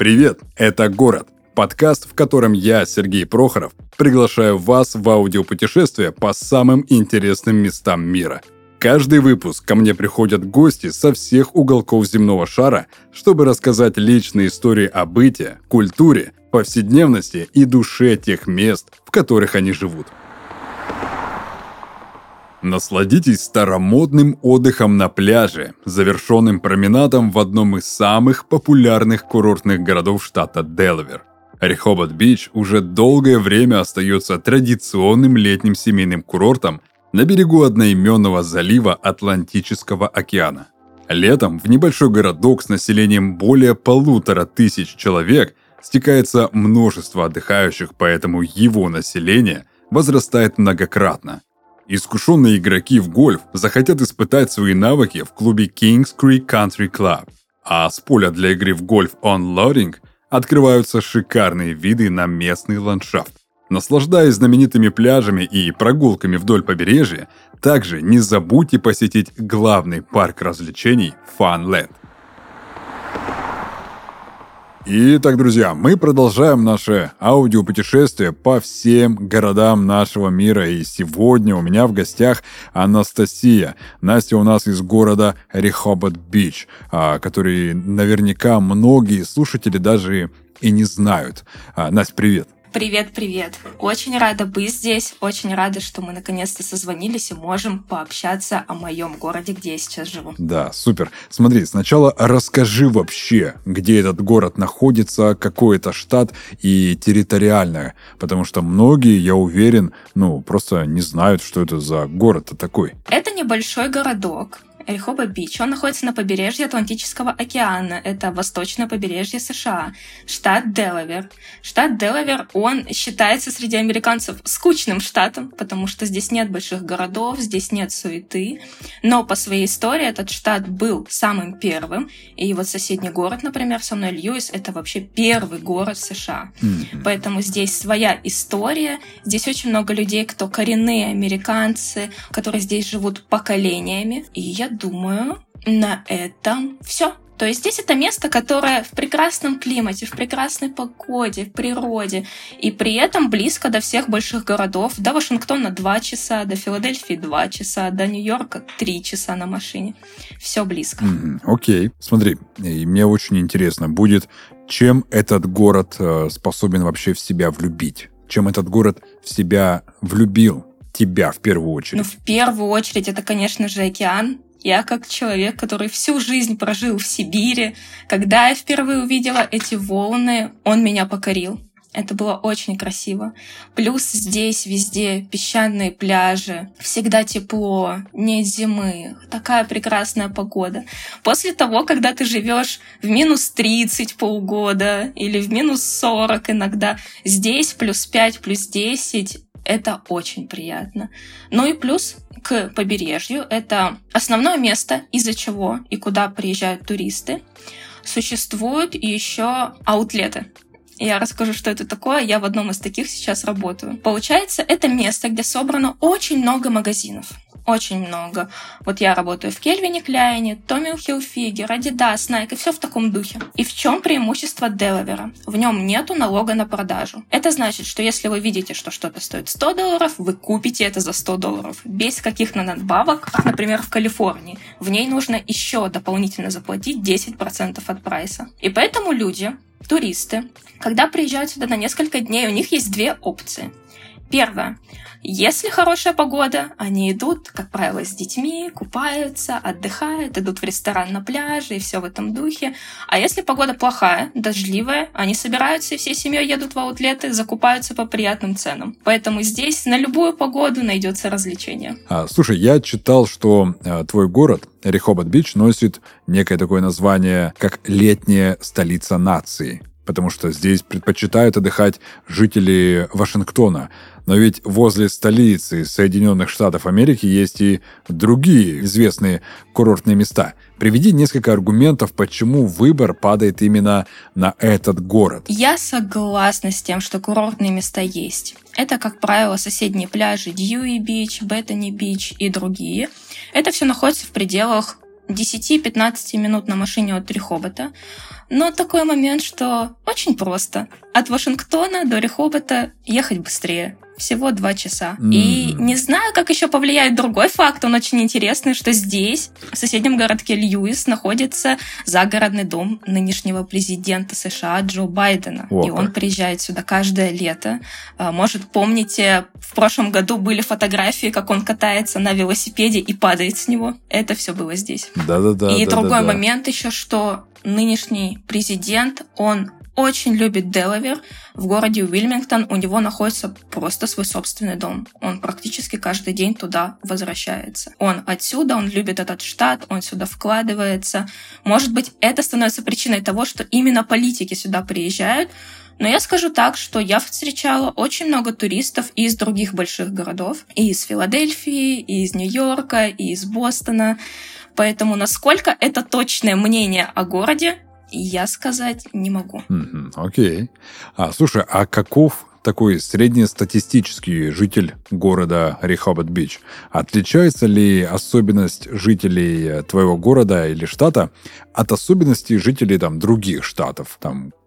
Привет, это «Город», подкаст, в котором я, Сергей Прохоров, приглашаю вас в аудиопутешествие по самым интересным местам мира. Каждый выпуск ко мне приходят гости со всех уголков земного шара, чтобы рассказать личные истории о быте, культуре, повседневности и душе тех мест, в которых они живут. Насладитесь старомодным отдыхом на пляже, завершенным променадом в одном из самых популярных курортных городов штата Делавэр. Рехобот-Бич уже долгое время остается традиционным летним семейным курортом на берегу одноименного залива Атлантического океана. Летом в небольшой городок с населением более 1500 человек стекается множество отдыхающих, поэтому его население возрастает многократно. Искушенные игроки в гольф захотят испытать свои навыки в клубе Kings Creek Country Club, а с поля для игры в гольф Onloading открываются шикарные виды на местный ландшафт. Наслаждаясь знаменитыми пляжами и прогулками вдоль побережья, также не забудьте посетить главный парк развлечений Funland. Итак, друзья, мы продолжаем наше аудиопутешествие по всем городам нашего мира. И сегодня у меня в гостях Анастасия. Настя у нас из города Рехобот-Бич, который наверняка многие слушатели даже и не знают. Настя, привет. Привет. Очень рада быть здесь. Очень рада, что мы наконец-то созвонились и можем пообщаться о моем городе, где я сейчас живу. Да, супер. Смотри, сначала расскажи вообще, где этот город находится, какой это штат и территориально. Потому что многие, я уверен, просто не знают, что это за город-то такой. Это небольшой городок. Рехобот-Бич. Он находится на побережье Атлантического океана. Это восточное побережье США. Штат Делавэр. Штат Делавэр, он считается среди американцев скучным штатом, потому что здесь нет больших городов, здесь нет суеты. Но по своей истории этот штат был самым первым. И вот соседний город, например, со мной Льюис, это вообще первый город в США. Поэтому здесь своя история. Здесь очень много людей, кто коренные американцы, которые здесь живут поколениями. И я думаю, на этом все. То есть здесь это место, которое в прекрасном климате, в прекрасной погоде, в природе, и при этом близко до всех больших городов. До Вашингтона 2 часа, до Филадельфии 2 часа, до Нью-Йорка 3 часа на машине. Все близко. Окей. Смотри, и мне очень интересно будет, чем этот город способен вообще в себя влюбить? Чем этот город в себя влюбил? Тебя в первую очередь. В первую очередь это, конечно же, океан. Я как человек, который всю жизнь прожил в Сибири, когда я впервые увидела эти волны, он меня покорил. Это было очень красиво. Плюс здесь везде песчаные пляжи, всегда тепло, нет зимы, такая прекрасная погода. После того, когда ты живешь в минус 30 полгода или в минус 40 иногда, здесь плюс 5, плюс 10, это очень приятно. Ну и плюс к побережью. Это основное место, из-за чего и куда приезжают туристы. Существуют еще аутлеты. Я расскажу, что это такое. Я в одном из таких сейчас работаю. Получается, это место, где собрано очень много магазинов. Очень много. Вот я работаю в Кельвине Кляйне, Томми Хилфигер, Adidas, Nike, и все в таком духе. И в чем преимущество Делавера? В нем нету налога на продажу. Это значит, что если вы видите, что что-то стоит $100, вы купите это за $100. Без каких-то надбавок, как, например, в Калифорнии. В ней нужно еще дополнительно заплатить 10% от прайса. И поэтому люди, туристы, когда приезжают сюда на несколько дней, у них есть две опции. Первое. Если хорошая погода, они идут, как правило, с детьми, купаются, отдыхают, идут в ресторан на пляже и все в этом духе. А если погода плохая, дождливая, они собираются и всей семьей едут в аутлеты, закупаются по приятным ценам. Поэтому здесь на любую погоду найдется развлечение. Слушай, я читал, что твой город, Рехобот-Бич, носит некое такое название, как летняя столица нации. Потому что здесь предпочитают отдыхать жители Вашингтона. Но ведь возле столицы Соединенных Штатов Америки есть и другие известные курортные места. Приведи несколько аргументов, почему выбор падает именно на этот город. Я согласна с тем, что курортные места есть. Это, как правило, соседние пляжи Дьюи-Бич, Беттани-Бич и другие. Это все находится в пределах 10-15 минут на машине от Рехобота. Но такой момент, что очень просто. От Вашингтона до Рехобота ехать быстрее. Всего 2 часа. И не знаю, как еще повлияет другой факт, он очень интересный, что здесь, в соседнем городке Льюис, находится загородный дом нынешнего президента США Джо Байдена. И он приезжает сюда каждое лето. Может, помните, в прошлом году были фотографии, как он катается на велосипеде и падает с него. Это все было здесь. Да-да-да. И другой момент еще, что нынешний президент, он очень любит Делавер. В городе Уильмингтон у него находится просто свой собственный дом. Он практически каждый день туда возвращается. Он отсюда, он любит этот штат, он сюда вкладывается. Может быть, это становится причиной того, что именно политики сюда приезжают. Но я скажу так, что я встречала очень много туристов и из других больших городов. И из Филадельфии, и из Нью-Йорка, и из Бостона. Поэтому насколько это точное мнение о городе, я сказать не могу. Окей. Слушай, а каков такой среднестатистический житель города Рехобот-Бич? Отличается ли особенность жителей твоего города или штата от особенностей жителей других штатов?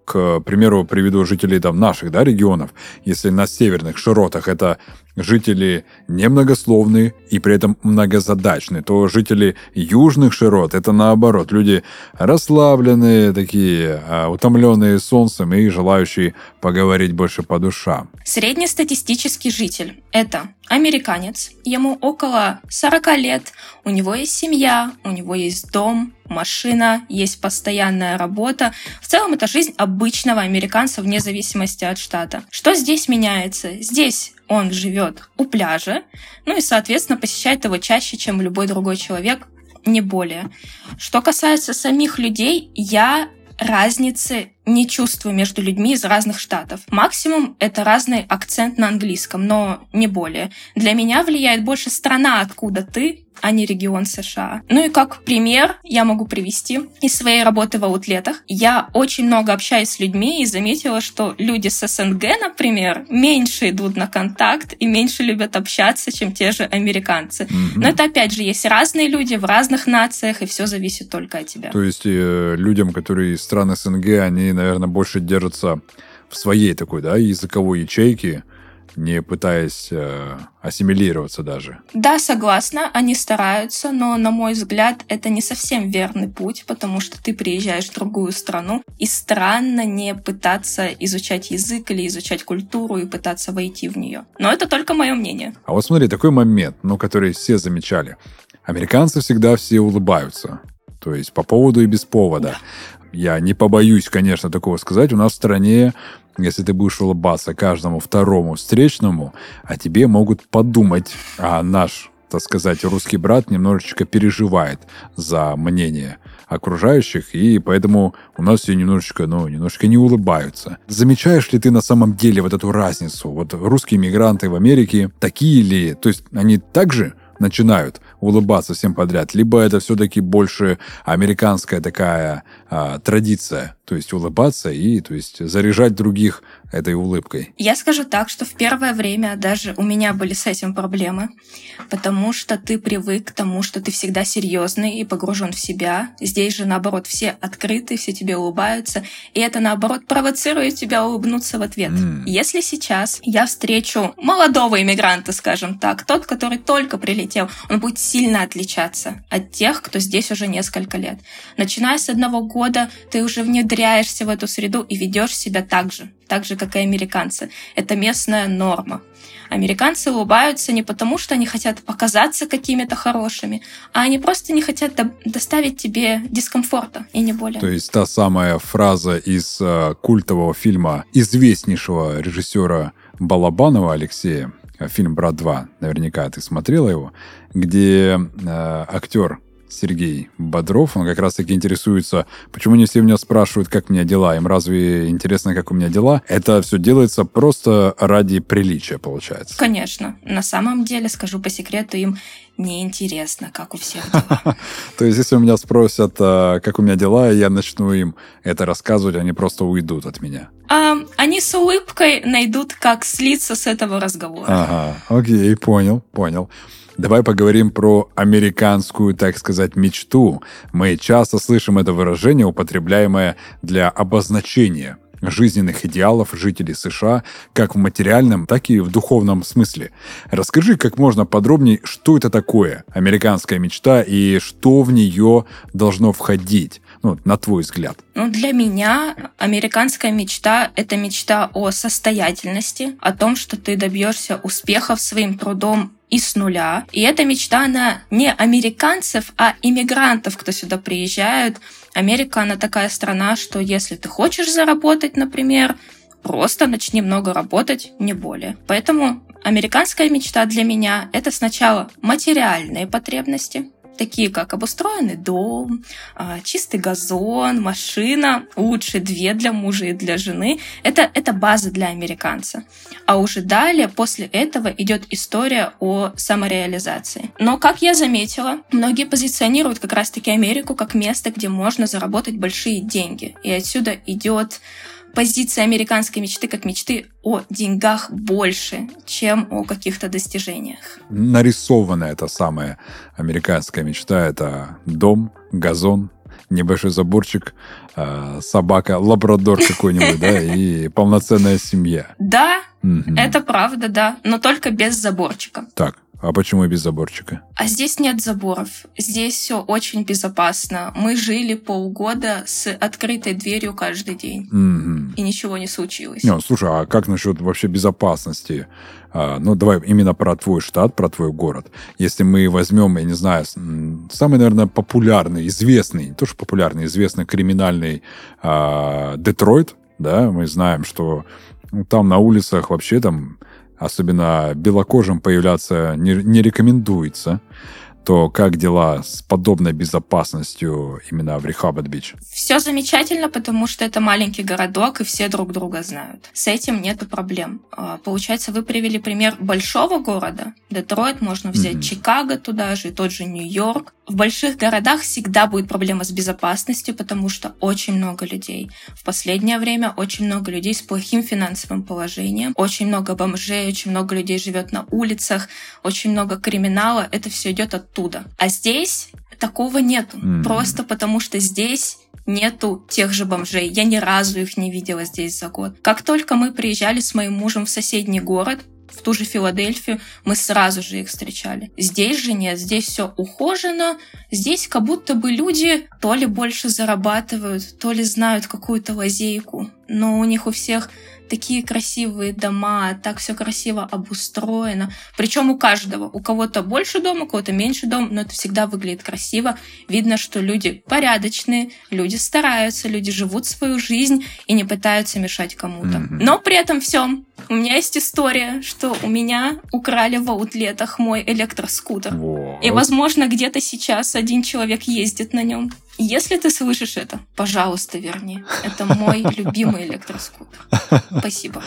К примеру, приведу жителей наших регионов. Если на северных широтах это жители немногословные и при этом многозадачные, то жители южных широт это наоборот. Люди расслабленные, такие утомленные солнцем и желающие поговорить больше по душам. Среднестатистический житель – это американец, ему около 40 лет, у него есть семья, у него есть дом, машина, есть постоянная работа. В целом это жизнь обычного американца вне зависимости от штата. Что здесь меняется? Здесь он живет у пляжа, и, соответственно, посещает его чаще, чем любой другой человек, не более. Что касается самих людей, я разницы не чувствую между людьми из разных штатов. Максимум — это разный акцент на английском, но не более. Для меня влияет больше страна, откуда ты, а не регион США. И как пример я могу привести из своей работы в аутлетах. Я очень много общаюсь с людьми и заметила, что люди с СНГ, например, меньше идут на контакт и меньше любят общаться, чем те же американцы. Но это, опять же, есть разные люди в разных нациях, и все зависит только от тебя. То есть людям, которые из стран СНГ, они, наверное, больше держатся в своей такой, языковой ячейке, не пытаясь ассимилироваться даже. Да, согласна, они стараются, но, на мой взгляд, это не совсем верный путь, потому что ты приезжаешь в другую страну, и странно не пытаться изучать язык или изучать культуру и пытаться войти в нее. Но это только мое мнение. А вот смотри, такой момент, который все замечали. Американцы всегда все улыбаются. То есть по поводу и без повода. Да. Я не побоюсь, конечно, такого сказать. У нас в стране, если ты будешь улыбаться каждому второму встречному, о тебе могут подумать, а наш, так сказать, русский брат немножечко переживает за мнение окружающих, и поэтому у нас все немножечко не улыбаются. Замечаешь ли ты на самом деле вот эту разницу? Вот русские мигранты в Америке такие ли? То есть они также начинают улыбаться всем подряд, либо это все-таки больше американская такая традиция, то есть улыбаться и заряжать других этой улыбкой? Я скажу так, что в первое время даже у меня были с этим проблемы, потому что ты привык к тому, что ты всегда серьезный и погружен в себя. Здесь же, наоборот, все открыты, все тебе улыбаются, и это, наоборот, провоцирует тебя улыбнуться в ответ. Если сейчас я встречу молодого иммигранта, скажем так, тот, который только прилетел, он будет сильно отличаться от тех, кто здесь уже несколько лет. Начиная с 1 года ты уже внедряешься в эту среду и ведешь себя так же, как и американцы. Это местная норма. Американцы улыбаются не потому, что они хотят показаться какими-то хорошими, а они просто не хотят доставить тебе дискомфорта, и не более. То есть та самая фраза из культового фильма известнейшего режиссера Балабанова Алексея, фильм «Брат 2», наверняка ты смотрела его, где актер Сергей Бодров, он как раз-таки интересуется, почему не все меня спрашивают, как у меня дела, им разве интересно, как у меня дела? Это все делается просто ради приличия, получается. Конечно. На самом деле, скажу по секрету, им неинтересно, как у всех дела. То есть, если у меня спросят, как у меня дела, и я начну им это рассказывать, они просто уйдут от меня. Они с улыбкой найдут, как слиться с этого разговора. Ага, окей, понял. Давай поговорим про американскую, так сказать, мечту. Мы часто слышим это выражение, употребляемое для обозначения жизненных идеалов жителей США как в материальном, так и в духовном смысле. Расскажи как можно подробнее, что это такое американская мечта и что в нее должно входить, на твой взгляд. Для меня американская мечта – это мечта о состоятельности, о том, что ты добьешься успехов своим трудом и с нуля. И эта мечта, она не американцев, а иммигрантов, кто сюда приезжает. Америка, она такая страна, что если ты хочешь заработать, например, просто начни много работать, не более. Поэтому американская мечта для меня – это сначала материальные потребности, такие как обустроенный дом, чистый газон, машина, лучше 2 для мужа и для жены. Это база для американца. А уже далее, после этого, идет история о самореализации. Но, как я заметила, многие позиционируют как раз-таки Америку как место, где можно заработать большие деньги. И отсюда идет позиция американской мечты как мечты о деньгах больше, чем о каких-то достижениях. Нарисована эта самая американская мечта. Это дом, газон, небольшой заборчик, собака, лабрадор какой-нибудь, да, и полноценная семья. Да, это правда, да, но только без заборчика. Так. А почему без заборчика? А здесь нет заборов. Здесь все очень безопасно. Мы жили полгода с открытой дверью каждый день. И ничего не случилось. Слушай, а как насчет вообще безопасности? Давай именно про твой штат, про твой город. Если мы возьмем, я не знаю, самый, наверное, популярный, известный, не то что популярный, известный криминальный Детройт, да, мы знаем, что там на улицах вообще там особенно белокожим появляться не рекомендуется, то как дела с подобной безопасностью именно в Рехаббет-Бич? Все замечательно, потому что это маленький городок, и все друг друга знают. С этим нету проблем. Получается, вы привели пример большого города. Детройт, можно взять Чикаго туда же, и тот же Нью-Йорк. В больших городах всегда будет проблема с безопасностью, потому что очень много людей. В последнее время очень много людей с плохим финансовым положением, очень много бомжей, очень много людей живет на улицах, очень много криминала. Это все идет оттуда. А здесь такого нету. Просто потому что здесь нету тех же бомжей. Я ни разу их не видела здесь за год. Как только мы приезжали с моим мужем в соседний город, в ту же Филадельфию, мы сразу же их встречали. Здесь же нет, здесь все ухожено, здесь как будто бы люди то ли больше зарабатывают, то ли знают какую-то лазейку, но у них у всех такие красивые дома, так все красиво обустроено. Причем у каждого. У кого-то больше дома, у кого-то меньше дома, но это всегда выглядит красиво. Видно, что люди порядочные, люди стараются, люди живут свою жизнь и не пытаются мешать кому-то. Но при этом всем у меня есть история, что у меня украли в аутлетах мой электроскутер. И, возможно, где-то сейчас один человек ездит на нем. Если ты слышишь это, пожалуйста, верни. Это мой любимый электроскутер. Спасибо.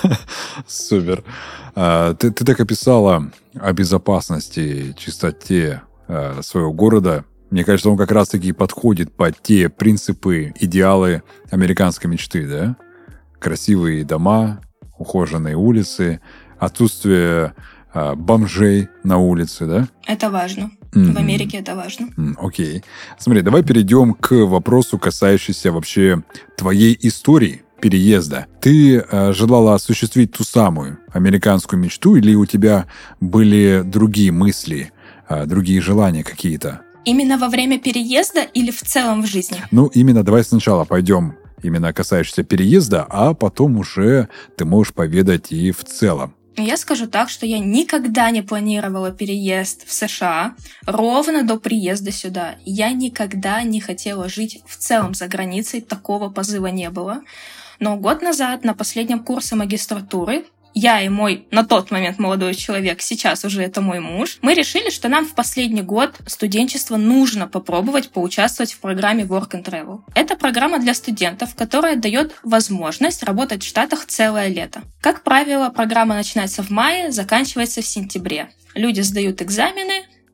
Супер. Ты так описала о безопасности, чистоте своего города. Мне кажется, он как раз-таки подходит под те принципы, идеалы американской мечты, да? Красивые дома, ухоженные улицы, отсутствие бомжей на улице, да? Это важно. В Америке это важно. Окей. Смотри, давай перейдем к вопросу, касающемуся вообще твоей истории переезда. Ты желала осуществить ту самую американскую мечту, или у тебя были другие мысли, другие желания какие-то? Именно во время переезда или в целом в жизни? Именно давай сначала пойдем именно касающийся переезда, а потом уже ты можешь поведать и в целом. Я скажу так, что я никогда не планировала переезд в США ровно до приезда сюда. Я никогда не хотела жить в целом за границей, такого позыва не было. Но год назад на последнем курсе магистратуры я и мой на тот момент молодой человек, сейчас уже это мой муж, мы решили, что нам в последний год студенчества нужно попробовать поучаствовать в программе Work and Travel. Это программа для студентов, которая дает возможность работать в Штатах целое лето. Как правило, программа начинается в мае, заканчивается в сентябре. Люди сдают экзамены,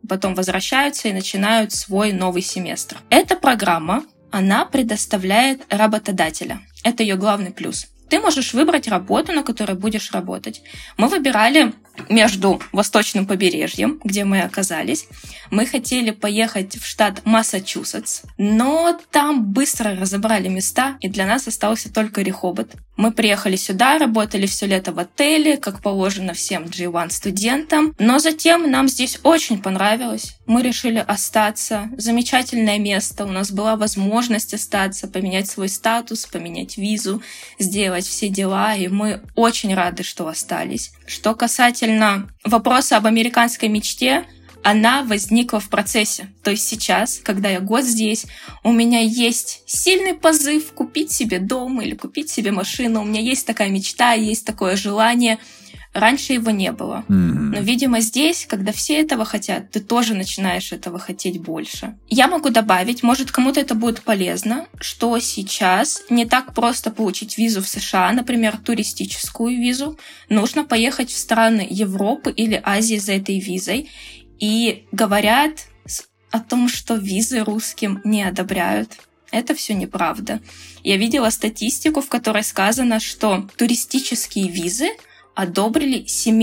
потом возвращаются и начинают свой новый семестр. Эта программа, она предоставляет работодателя. Это ее главный плюс. Ты можешь выбрать работу, на которой будешь работать. Мы выбирали между восточным побережьем, где мы оказались. Мы хотели поехать в штат Массачусетс, но там быстро разобрали места, и для нас остался только Рехобот. Мы приехали сюда, работали все лето в отеле, как положено всем G1 студентам, но затем нам здесь очень понравилось. Мы решили остаться. Замечательное место, у нас была возможность остаться, поменять свой статус, поменять визу, сделать все дела, и мы очень рады, что остались. Что касательно вопроса об американской мечте, она возникла в процессе. То есть сейчас, когда я год здесь, у меня есть сильный позыв купить себе дом или купить себе машину. У меня есть такая мечта, есть такое желание. Раньше его не было. Но, видимо, здесь, когда все этого хотят, ты тоже начинаешь этого хотеть больше. Я могу добавить, может, кому-то это будет полезно, что сейчас не так просто получить визу в США, например, туристическую визу. Нужно поехать в страны Европы или Азии за этой визой. И говорят о том, что визы русским не одобряют. Это все неправда. Я видела статистику, в которой сказано, что туристические визы одобрили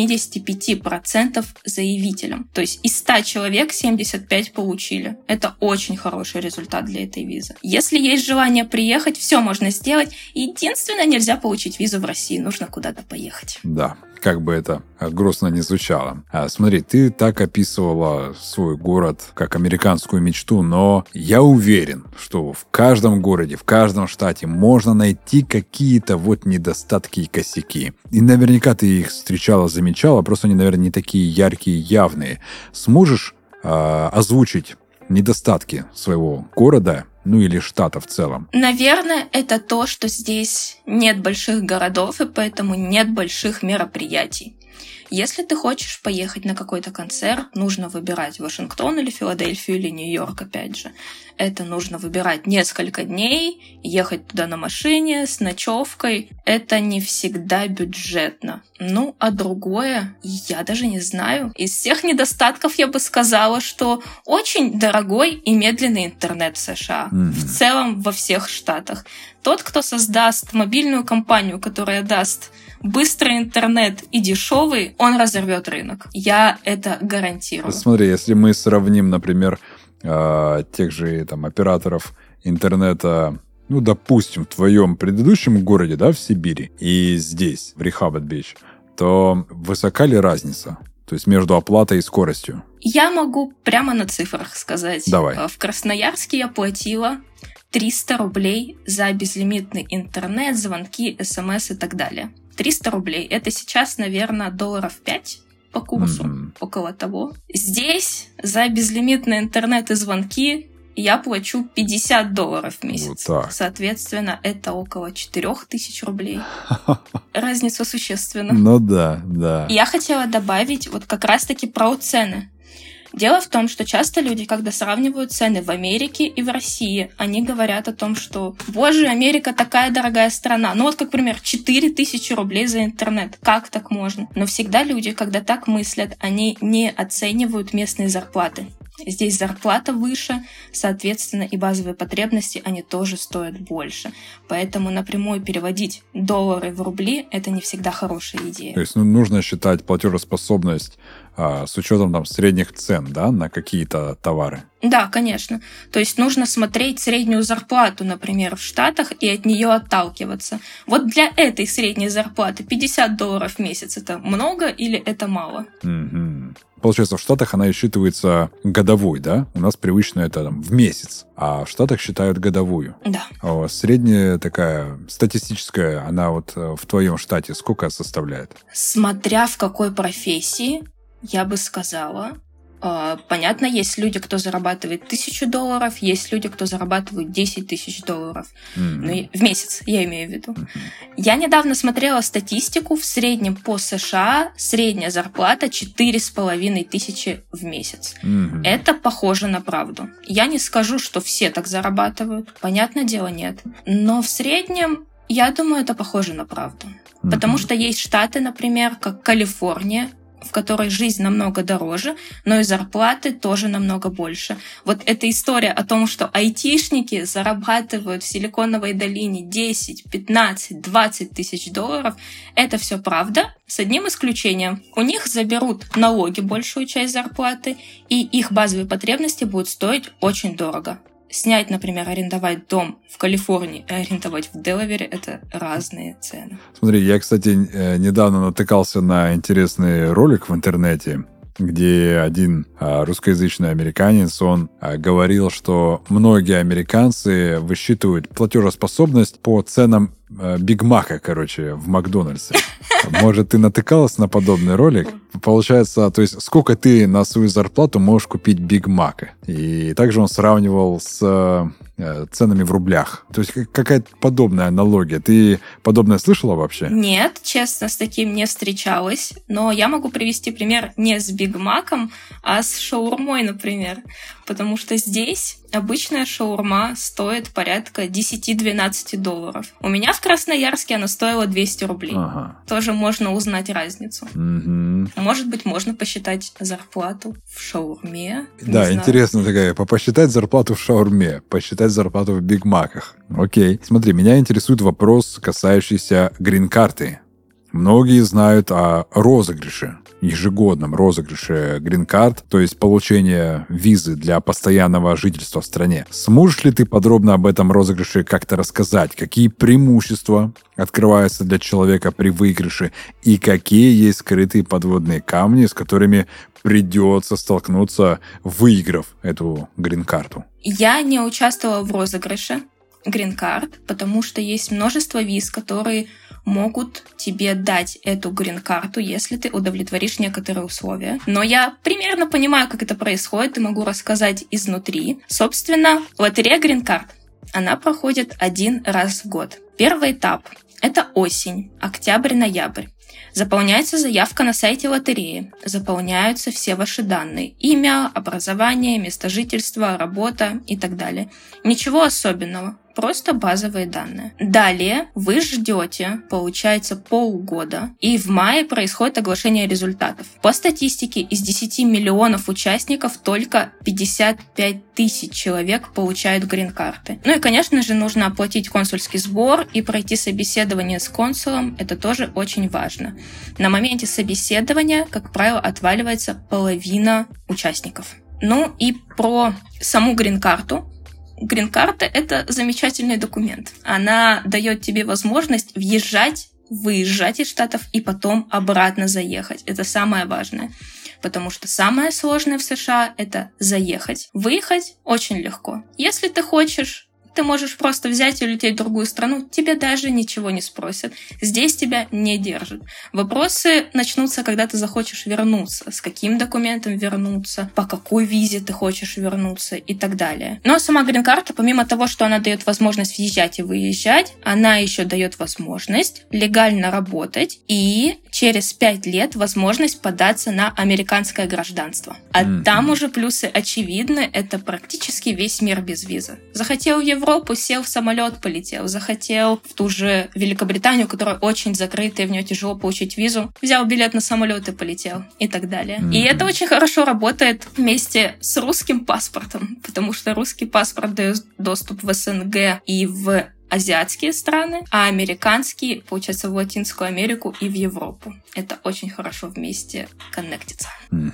75% заявителям. То есть из 100 человек 75 получили. Это очень хороший результат для этой визы. Если есть желание приехать, все можно сделать. Единственное, нельзя получить визу в России. Нужно куда-то поехать. Да, как бы это грустно не звучало. Смотри, ты так описывала свой город как американскую мечту, но я уверен, что в каждом городе, в каждом штате можно найти какие-то вот недостатки и косяки. И наверняка ты их встречала, замечала, просто они, наверное, не такие яркие, явные. Сможешь озвучить недостатки своего города, ну или штата в целом? Наверное, это то, что здесь нет больших городов, и поэтому нет больших мероприятий. Если ты хочешь поехать на какой-то концерт, нужно выбирать Вашингтон или Филадельфию или Нью-Йорк, опять же. Это нужно выбирать несколько дней, ехать туда на машине с ночевкой. Это не всегда бюджетно. Ну, а другое, я даже не знаю. Из всех недостатков я бы сказала, что очень дорогой и медленный интернет в США. В целом во всех штатах. Тот, кто создаст мобильную компанию, которая даст быстрый интернет и дешевый, он разорвет рынок. Я это гарантирую. Смотри, если мы сравним, например, тех же там операторов интернета, ну, допустим, в твоем предыдущем городе, да, в Сибири, и здесь, в Рехобот-Бич, то высока ли разница? То есть между оплатой и скоростью? Я могу прямо на цифрах сказать. Давай. В Красноярске я платила 300 рублей за безлимитный интернет, звонки, СМС и так далее. 300 рублей. Это сейчас, наверное, $5 по курсу, около того. Здесь за безлимитный интернет и звонки я плачу $50 в месяц. Вот так. Соответственно, это около 4000 рублей. Разница существенна. Ну да, да. Я хотела добавить вот как раз-таки про цены. Дело в том, что часто люди, когда сравнивают цены в Америке и в России, они говорят о том, что, боже, Америка такая дорогая страна. Ну вот, как пример, 4000 рублей за интернет. Как так можно? Но всегда люди, когда так мыслят, они не оценивают местные зарплаты. Здесь зарплата выше, соответственно, и базовые потребности, они тоже стоят больше. Поэтому напрямую переводить доллары в рубли – это не всегда хорошая идея. То есть нужно считать платежеспособность с учетом там средних цен, да, на какие-то товары? Да, конечно. То есть нужно смотреть среднюю зарплату, например, в Штатах и от нее отталкиваться. Вот для этой средней зарплаты $50 в месяц – это много или это мало? Получается, в Штатах она и считывается годовой, да? У нас привычно это там, в месяц, а в Штатах считают годовую. Да. А средняя такая статистическая, она вот в твоем штате сколько составляет? Смотря в какой профессии, я бы сказала. Понятно, есть люди, кто зарабатывает $1000, есть люди, кто зарабатывает $10 000. Ну, в месяц, я имею в виду. Я недавно смотрела статистику, в среднем по США средняя зарплата 4500 в месяц. Это похоже на правду. Я не скажу, что все так зарабатывают. Понятное дело, нет. Но в среднем, я думаю, это похоже на правду. Потому что есть штаты, например, как Калифорния, в которой жизнь намного дороже, но и зарплаты тоже намного больше. Вот эта история о том, что айтишники зарабатывают в Силиконовой долине 10, 15, 20 тысяч долларов, это все правда, с одним исключением. У них заберут налоги большую часть зарплаты, и их базовые потребности будут стоить очень дорого. Снять, например, арендовать дом в Калифорнии и арендовать в Делавере – это разные цены. Смотри, я, кстати, недавно натыкался на интересный ролик в интернете, где один русскоязычный американец, он говорил, что многие американцы высчитывают платежеспособность по ценам Биг Мака, в Макдональдсе. Может, ты натыкалась на подобный ролик? Получается, то есть, сколько ты на свою зарплату можешь купить Биг Мака? И также он сравнивал с ценами в рублях. То есть, какая-то подобная аналогия. Ты подобное слышала вообще? Нет, честно, с таким не встречалась. Но я могу привести пример не с Биг Маком, а с шаурмой, например. Потому что здесь обычная шаурма стоит порядка 10-12 долларов. У меня в Красноярске она стоила 200 рублей. Ага. Тоже можно узнать разницу. Угу. Может быть, можно посчитать зарплату в шаурме. Да, интересно такая, посчитать зарплату в шаурме, посчитать зарплату в Биг Маках. Окей. Смотри, меня интересует вопрос, касающийся грин-карты. Многие знают о розыгрыше, ежегодном розыгрыше грин-карт, то есть получение визы для постоянного жительства в стране. Сможешь ли ты подробно об этом розыгрыше как-то рассказать? Какие преимущества открываются для человека при выигрыше и какие есть скрытые подводные камни, с которыми придется столкнуться, выиграв эту грин-карту? Я не участвовала в розыгрыше грин-карт, потому что есть множество виз, которые могут тебе дать эту грин-карту, если ты удовлетворишь некоторые условия. Но я примерно понимаю, как это происходит, и могу рассказать изнутри. Собственно, лотерея грин-карт, она проходит один раз в год. Первый этап – это осень, октябрь-ноябрь. Заполняется заявка на сайте лотереи, заполняются все ваши данные: имя, образование, место жительства, работа и так далее. Ничего особенного, просто базовые данные. Далее вы ждете, получается, полгода, и в мае происходит оглашение результатов. По статистике, из 10 миллионов участников только 55 тысяч человек получают грин-карты. Ну и, конечно же, нужно оплатить консульский сбор и пройти собеседование с консулом. Это тоже очень важно. На моменте собеседования, как правило, отваливается половина участников. Ну и про саму грин-карту. Грин-карта – это замечательный документ. Она дает тебе возможность въезжать, выезжать из Штатов и потом обратно заехать. Это самое важное. Потому что самое сложное в США – это заехать. Выехать очень легко. Если ты хочешь, ты можешь просто взять и улететь в другую страну, тебе даже ничего не спросят. Здесь тебя не держат. Вопросы начнутся, когда ты захочешь вернуться. С каким документом вернуться, по какой визе ты хочешь вернуться и так далее. Но сама грин-карта, помимо того, что она дает возможность въезжать и выезжать, она еще дает возможность легально работать и через 5 лет возможность податься на американское гражданство. А там уже плюсы очевидны. Это практически весь мир без визы. Захотел в Европу, сел в самолет, полетел. Захотел в ту же Великобританию, которая очень закрытая, в нее тяжело получить визу, взял билет на самолет и полетел. И так далее. И это очень хорошо работает вместе с русским паспортом, потому что русский паспорт дает доступ в СНГ и в азиатские страны, а американский, получается, в Латинскую Америку и в Европу. Это очень хорошо вместе коннектится.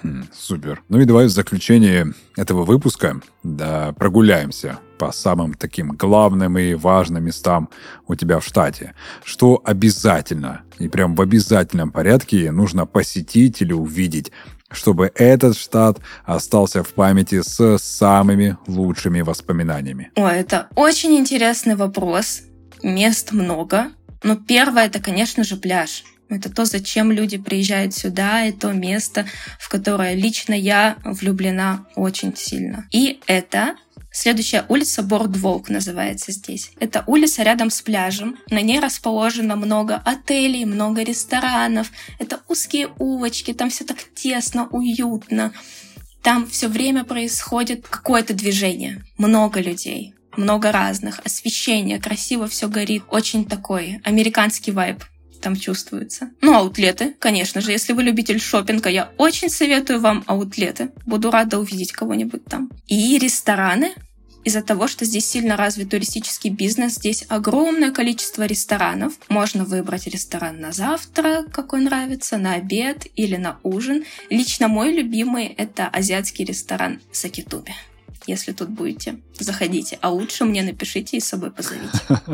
Супер. Ну и давай в заключение этого выпуска прогуляемся по самым таким главным и важным местам у тебя в штате. Что обязательно, и прям в обязательном порядке нужно посетить или увидеть, чтобы этот штат остался в памяти с самыми лучшими воспоминаниями? Это очень интересный вопрос. Мест много. Но первое – это, конечно же, пляж. Это то, зачем люди приезжают сюда, и то место, в которое лично я влюблена очень сильно. И это следующая улица Бордволк называется здесь. Это улица рядом с пляжем. На ней расположено много отелей, много ресторанов. Это узкие улочки, там все так тесно, уютно. Там все время происходит какое-то движение. Много людей, много разных. Освещение, красиво все горит. Очень такой американский вайб. там чувствуется. Ну, аутлеты, конечно же. Если вы любитель шопинга, я очень советую вам аутлеты. Буду рада увидеть кого-нибудь там. И рестораны. Из-за того, что здесь сильно развит туристический бизнес, здесь огромное количество ресторанов. Можно выбрать ресторан на завтрак, какой нравится, на обед или на ужин. Лично мой любимый — это азиатский ресторан Сакитуби. Если тут будете, заходите. А лучше мне напишите и с собой позовите.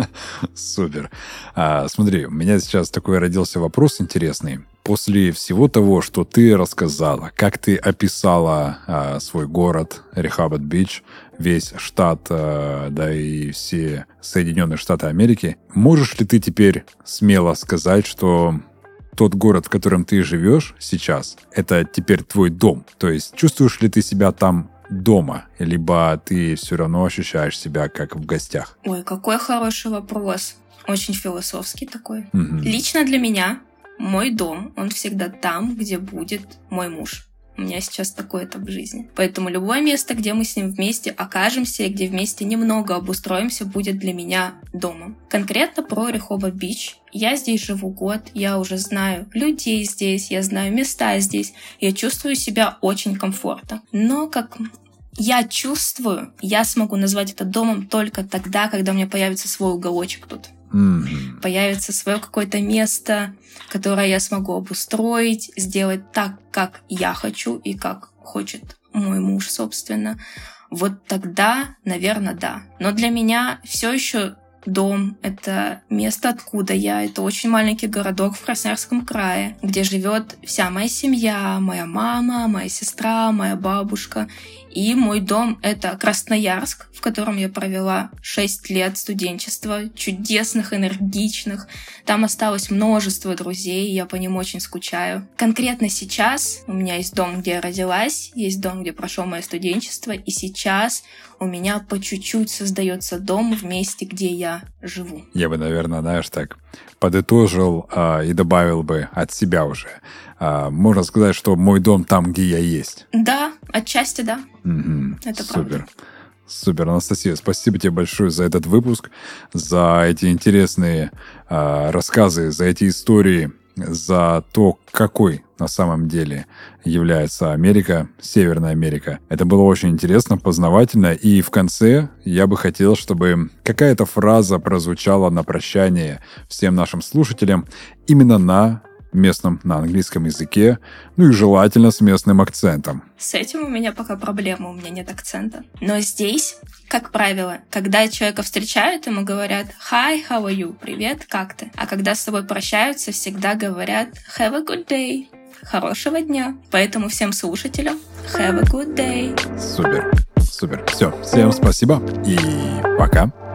Супер. Смотри, у меня сейчас такой родился вопрос интересный. После всего того, что ты рассказала, как ты описала свой город, Рехабад-Бич, весь штат, да и все Соединенные Штаты Америки, можешь ли ты теперь смело сказать, что тот город, в котором ты живешь сейчас, это теперь твой дом? То есть чувствуешь ли ты себя там дома, либо ты все равно ощущаешь себя как в гостях? Ой, какой хороший вопрос. Очень философский такой. Угу. Лично для меня мой дом, он всегда там, где будет мой муж. У меня сейчас такой этап в жизни. Поэтому любое место, где мы с ним вместе окажемся и где вместе немного обустроимся, будет для меня домом. Конкретно про Рехобад-Бич. Я здесь живу год, я уже знаю людей здесь, я знаю места здесь. Я чувствую себя очень комфортно. Но как я чувствую, я смогу назвать это домом только тогда, когда у меня появится свой уголочек тут. Mm-hmm. Появится свое какое-то место, которое я смогу обустроить, сделать так, как я хочу и как хочет мой муж, собственно. Вот тогда, наверное, да. Но для меня все еще дом — это место, откуда я. Это очень маленький городок в Красноярском крае, где живет вся моя семья, моя мама, моя сестра, моя бабушка. И мой дом — это Красноярск, в котором я провела 6 лет студенчества, чудесных, энергичных. Там осталось множество друзей, я по ним очень скучаю. Конкретно сейчас у меня есть дом, где я родилась, есть дом, где прошло мое студенчество, и сейчас у меня по чуть-чуть создается дом в месте, где я живу. Я бы, наверное, знаешь, так подытожил и добавил бы от себя уже. Можно сказать, что мой дом там, где я есть. Да, отчасти да. Угу. Это супер. правда. Супер, Анастасия, спасибо тебе большое за этот выпуск, за эти интересные рассказы, за эти истории, за то, какой на самом деле является Америка, Северная Америка. Это было очень интересно, познавательно, и в конце я бы хотел, чтобы какая-то фраза прозвучала на прощание всем нашим слушателям именно на местном, на английском языке, ну и желательно с местным акцентом. С этим у меня пока проблема, у меня нет акцента. Но здесь, как правило, когда человека встречают, ему говорят «Hi, how are you?» «Привет, как ты?» А когда с тобой прощаются, всегда говорят «Have a good day» «Хорошего дня». Поэтому всем слушателям «Have a good day». Супер, супер. Все, всем спасибо и пока.